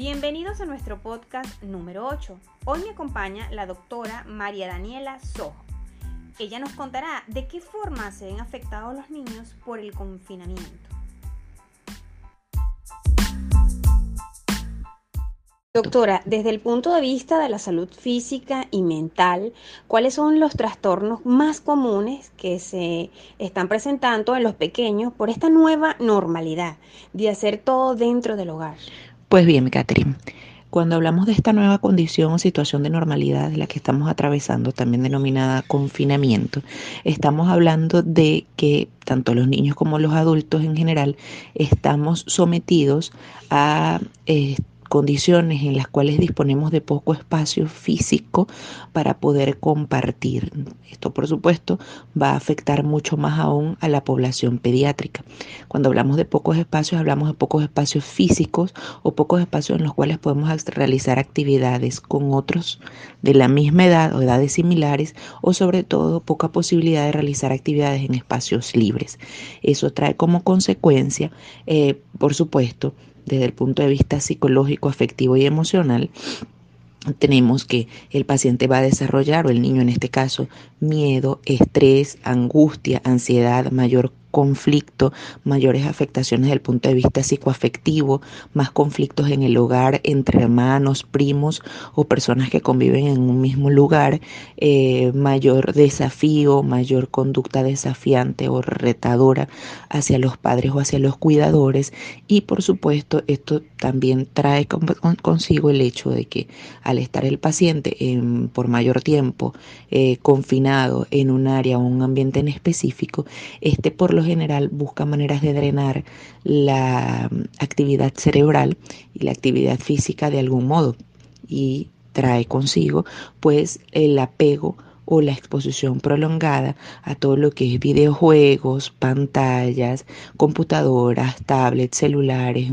Bienvenidos a nuestro podcast número 8. Hoy me acompaña la doctora María Daniela Sojo. Ella nos contará de qué forma se ven afectados los niños por el confinamiento. Doctora, desde el punto de vista de la salud física y mental, ¿cuáles son los trastornos más comunes que se están presentando en los pequeños por esta nueva normalidad de hacer todo dentro del hogar? Pues bien, Catherine, cuando hablamos de esta nueva condición o situación de normalidad de la que estamos atravesando, también denominada confinamiento, estamos hablando de que tanto los niños como los adultos en general estamos sometidos a condiciones en las cuales disponemos de poco espacio físico para poder compartir. Esto, por supuesto, va a afectar mucho más aún a la población pediátrica. Cuando hablamos de pocos espacios, hablamos de pocos espacios físicos o pocos espacios en los cuales podemos realizar actividades con otros de la misma edad o edades similares, o sobre todo poca posibilidad de realizar actividades en espacios libres. Eso trae como consecuencia, por supuesto, desde el punto de vista psicológico, afectivo y emocional, tenemos que el paciente va a desarrollar, o el niño en este caso, miedo, estrés, angustia, ansiedad, mayor conflicto, mayores afectaciones desde el punto de vista psicoafectivo, más conflictos en el hogar entre hermanos, primos o personas que conviven en un mismo lugar, mayor desafío, mayor conducta desafiante o retadora hacia los padres o hacia los cuidadores. Y por supuesto esto también trae consigo el hecho de que al estar el paciente por mayor tiempo confinado en un área o un ambiente en específico, por lo general busca maneras de drenar la actividad cerebral y la actividad física de algún modo, y trae consigo pues el apego o la exposición prolongada a todo lo que es videojuegos, pantallas, computadoras, tablets, celulares,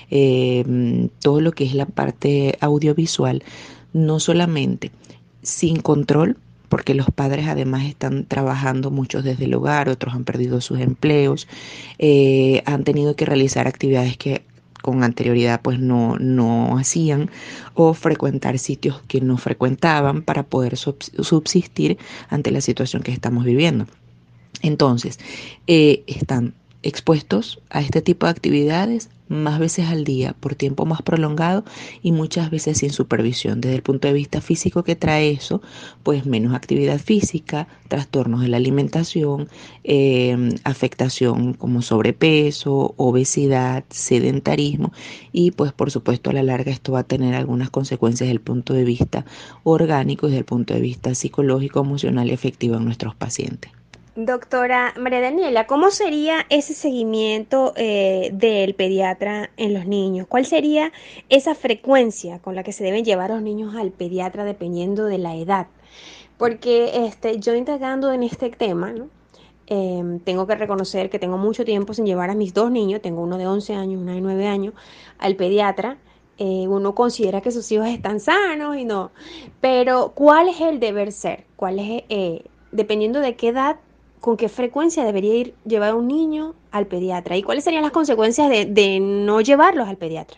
todo lo que es la parte audiovisual, no solamente sin control, porque los padres además están trabajando muchos desde el hogar, otros han perdido sus empleos, han tenido que realizar actividades que con anterioridad pues no hacían, o frecuentar sitios que no frecuentaban para poder subsistir ante la situación que estamos viviendo. Entonces, están expuestos a este tipo de actividades más veces al día, por tiempo más prolongado y muchas veces sin supervisión. Desde el punto de vista físico, que trae eso, pues menos actividad física, trastornos de la alimentación, afectación como sobrepeso, obesidad, sedentarismo, y pues por supuesto a la larga esto va a tener algunas consecuencias desde el punto de vista orgánico, desde el punto de vista psicológico, emocional y afectivo en nuestros pacientes. Doctora María Daniela, ¿cómo sería ese seguimiento del pediatra en los niños? ¿Cuál sería esa frecuencia con la que se deben llevar los niños al pediatra dependiendo de la edad? Porque yo indagando en este tema, ¿no? Tengo que reconocer que tengo mucho tiempo sin llevar a mis dos niños, tengo uno de 11 años, una de 9 años, al pediatra. Uno considera que sus hijos están sanos y no, pero ¿cuál es el deber ser? ¿Cuál es, dependiendo de qué edad, con qué frecuencia debería ir llevar a un niño al pediatra? ¿Y cuáles serían las consecuencias de no llevarlos al pediatra?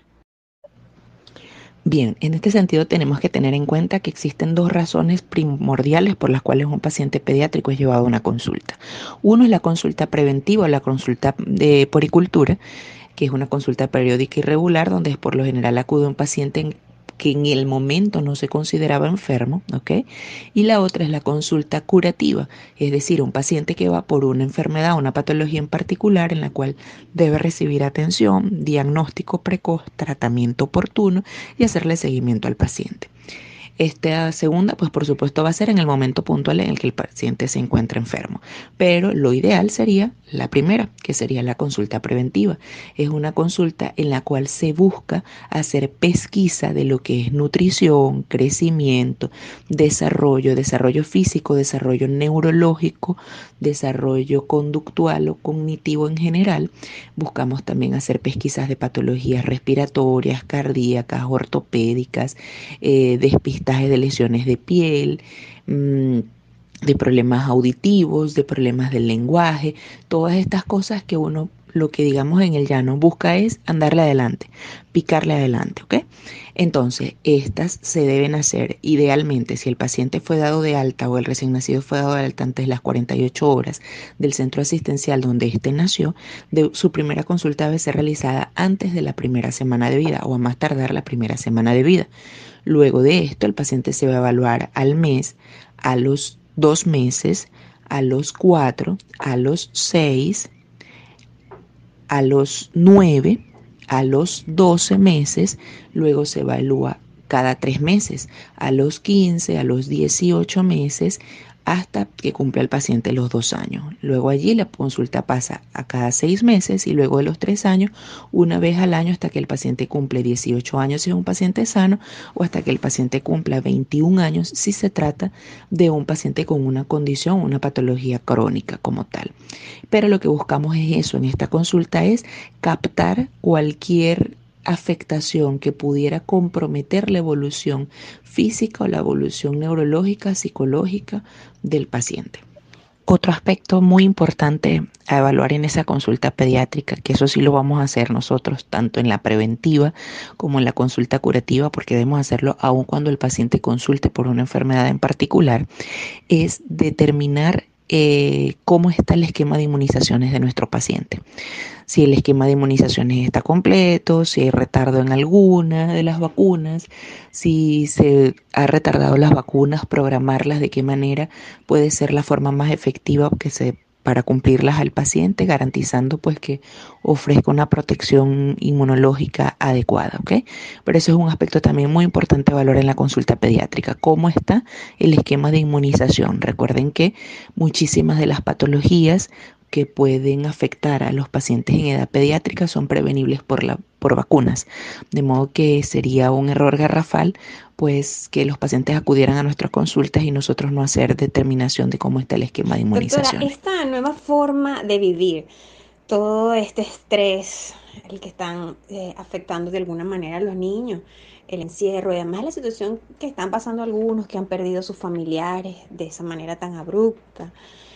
Bien, en este sentido tenemos que tener en cuenta que existen dos razones primordiales por las cuales un paciente pediátrico es llevado a una consulta. Uno es la consulta preventiva o la consulta de puericultura, que es una consulta periódica y regular, donde por lo general acude un paciente que en el momento no se consideraba enfermo, ¿ok? Y la otra es la consulta curativa, es decir, un paciente que va por una enfermedad, una patología en particular en la cual debe recibir atención, diagnóstico precoz, tratamiento oportuno y hacerle seguimiento al paciente. Esta segunda, pues por supuesto va a ser en el momento puntual en el que el paciente se encuentra enfermo, pero lo ideal sería la primera, que sería la consulta preventiva. Es una consulta en la cual se busca hacer pesquisa de lo que es nutrición, crecimiento, desarrollo físico, desarrollo neurológico, desarrollo conductual o cognitivo en general. Buscamos también hacer pesquisas de patologías respiratorias, cardíacas, ortopédicas, despistaje de lesiones de piel, de problemas auditivos, de problemas del lenguaje, todas estas cosas que uno lo que digamos en el llano busca es andarle adelante, picarle adelante, ¿ok? Entonces, estas se deben hacer idealmente si el paciente fue dado de alta o el recién nacido fue dado de alta antes de las 48 horas del centro asistencial donde éste nació, su primera consulta debe ser realizada antes de la primera semana de vida o a más tardar la primera semana de vida. Luego de esto, el paciente se va a evaluar al mes, a los 2 meses, a los 4, a los 6, a los 9, a los 12 meses, luego se evalúa cada 3 meses, a los 15, a los 18 meses, hasta que cumpla el paciente los 2 años. Luego allí la consulta pasa a cada 6 meses y luego de los 3 años, una vez al año hasta que el paciente cumple 18 años si es un paciente sano o hasta que el paciente cumpla 21 años si se trata de un paciente con una condición, una patología crónica como tal. Pero lo que buscamos es eso en esta consulta, es captar cualquier afectación que pudiera comprometer la evolución física o la evolución neurológica, psicológica del paciente. Otro aspecto muy importante a evaluar en esa consulta pediátrica, que eso sí lo vamos a hacer nosotros, tanto en la preventiva como en la consulta curativa, porque debemos hacerlo aun cuando el paciente consulte por una enfermedad en particular, es determinar cómo está el esquema de inmunizaciones de nuestro paciente. Si el esquema de inmunizaciones está completo, si hay retardo en alguna de las vacunas, si se ha retardado las vacunas, programarlas, de qué manera puede ser la forma más efectiva para cumplirlas al paciente, garantizando pues que ofrezca una protección inmunológica adecuada, ¿ok? Pero eso es un aspecto también muy importante valorar en la consulta pediátrica, cómo está el esquema de inmunización. Recuerden que muchísimas de las patologías que pueden afectar a los pacientes en edad pediátrica son prevenibles por vacunas, de modo que sería un error garrafal pues que los pacientes acudieran a nuestras consultas y nosotros no hacer determinación de cómo está el esquema de Doctora, inmunizaciones. esta nueva forma de vivir, todo este estrés, el que están afectando de alguna manera a los niños, el encierro y además la situación que están pasando algunos que han perdido a sus familiares de esa manera tan abrupta.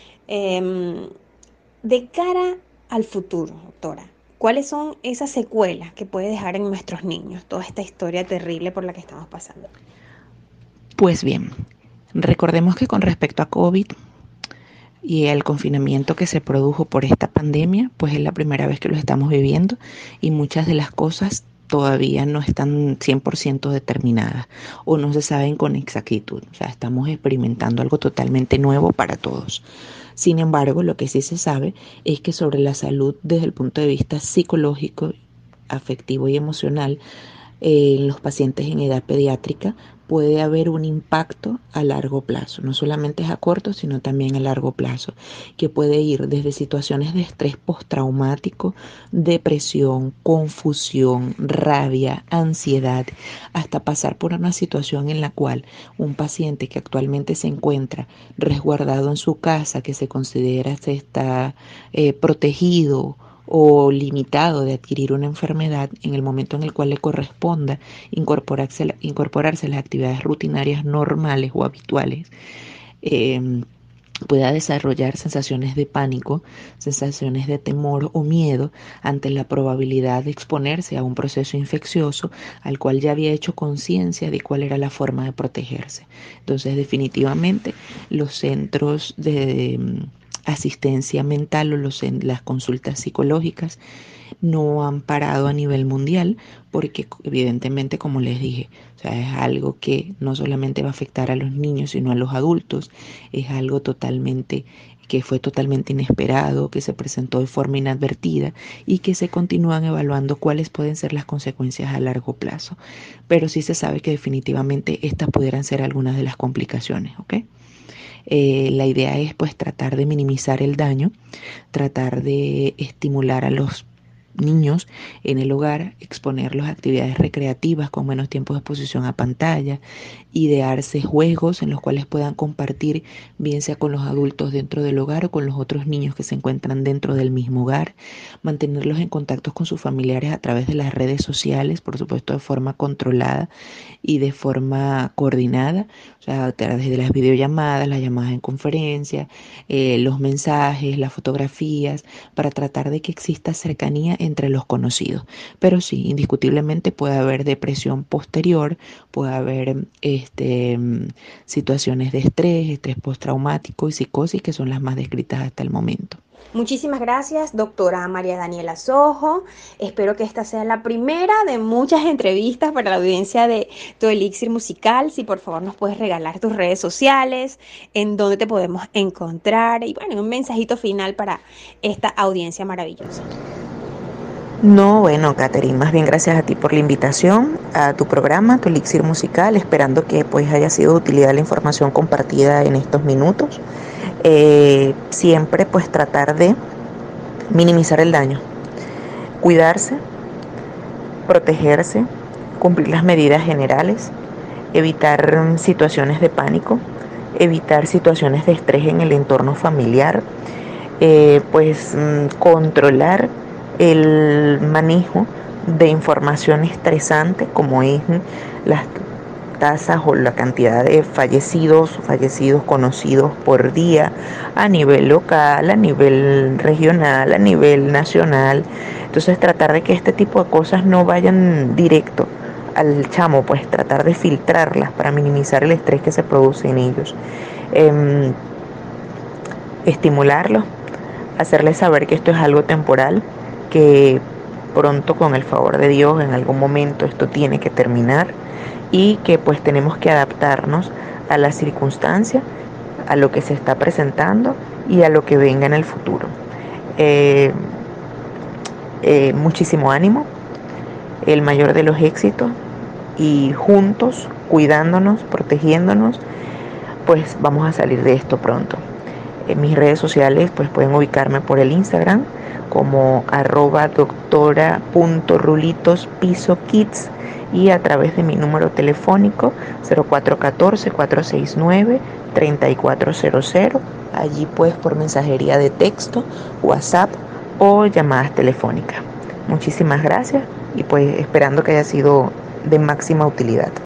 Em, de cara al futuro, doctora, ¿cuáles son esas secuelas que puede dejar en nuestros niños toda esta historia terrible por la que estamos pasando? Pues bien, recordemos que con respecto a COVID y el confinamiento que se produjo por esta pandemia, pues es la primera vez que lo estamos viviendo y muchas de las cosas todavía no están 100% determinadas o no se saben con exactitud. O sea, estamos experimentando algo totalmente nuevo para todos. Sin embargo, lo que sí se sabe es que sobre la salud desde el punto de vista psicológico, afectivo y emocional, en los pacientes en edad pediátrica puede haber un impacto a largo plazo, no solamente es a corto, sino también a largo plazo, que puede ir desde situaciones de estrés postraumático, depresión, confusión, rabia, ansiedad, hasta pasar por una situación en la cual un paciente que actualmente se encuentra resguardado en su casa, que se considera se está protegido o limitado de adquirir una enfermedad, en el momento en el cual le corresponda incorporarse a las actividades rutinarias normales o habituales, eh, pueda desarrollar sensaciones de pánico, sensaciones de temor o miedo ante la probabilidad de exponerse a un proceso infeccioso al cual ya había hecho conciencia de cuál era la forma de protegerse. Entonces, definitivamente, los centros de asistencia mental o las consultas psicológicas no han parado a nivel mundial porque evidentemente, como les dije, o sea, es algo que no solamente va a afectar a los niños, sino a los adultos, es algo que fue totalmente inesperado, que se presentó de forma inadvertida y que se continúan evaluando cuáles pueden ser las consecuencias a largo plazo. Pero sí se sabe que definitivamente estas pudieran ser algunas de las complicaciones, ¿ok? La idea es pues tratar de minimizar el daño, tratar de estimular a los niños en el hogar, exponerlos a actividades recreativas con menos tiempo de exposición a pantalla idearse juegos en los cuales puedan compartir, bien sea con los adultos dentro del hogar o con los otros niños que se encuentran dentro del mismo hogar, mantenerlos en contacto con sus familiares a través de las redes sociales, por supuesto de forma controlada y de forma coordinada, o sea, a través de las videollamadas, las llamadas en conferencia, los mensajes, las fotografías, para tratar de que exista cercanía entre los conocidos. Pero sí, indiscutiblemente puede haber depresión posterior, puede haber situaciones de estrés postraumático y psicosis, que son las más descritas hasta el momento. Muchísimas gracias, doctora María Daniela Sojo. Espero que esta sea la primera de muchas entrevistas para la audiencia de Tu Elixir Musical. Si por favor nos puedes regalar tus redes sociales, en dónde te podemos encontrar y bueno, un mensajito final para esta audiencia maravillosa. No, bueno, Catherine, más bien gracias a ti por la invitación a tu programa, Tu Elixir Musical, esperando que pues haya sido de utilidad la información compartida en estos minutos. Siempre pues tratar de minimizar el daño, cuidarse, protegerse, cumplir las medidas generales, evitar situaciones de pánico, evitar situaciones de estrés en el entorno familiar, controlar el manejo de información estresante como es las tasas o la cantidad de fallecidos conocidos por día a nivel local, a nivel regional, a nivel nacional. Entonces tratar de que este tipo de cosas no vayan directo al chamo, pues tratar de filtrarlas para minimizar el estrés que se produce en ellos. Estimularlos, hacerles saber que esto es algo temporal, que pronto, con el favor de Dios, en algún momento esto tiene que terminar y que pues tenemos que adaptarnos a la circunstancia, a lo que se está presentando y a lo que venga en el futuro. Muchísimo ánimo, el mayor de los éxitos, y juntos, cuidándonos, protegiéndonos, pues vamos a salir de esto pronto. En mis redes sociales pues pueden ubicarme por el Instagram como @doctora.rulitospisokids y a través de mi número telefónico 0414-469-3400. Allí pues por mensajería de texto, WhatsApp o llamadas telefónicas. Muchísimas gracias y pues esperando que haya sido de máxima utilidad.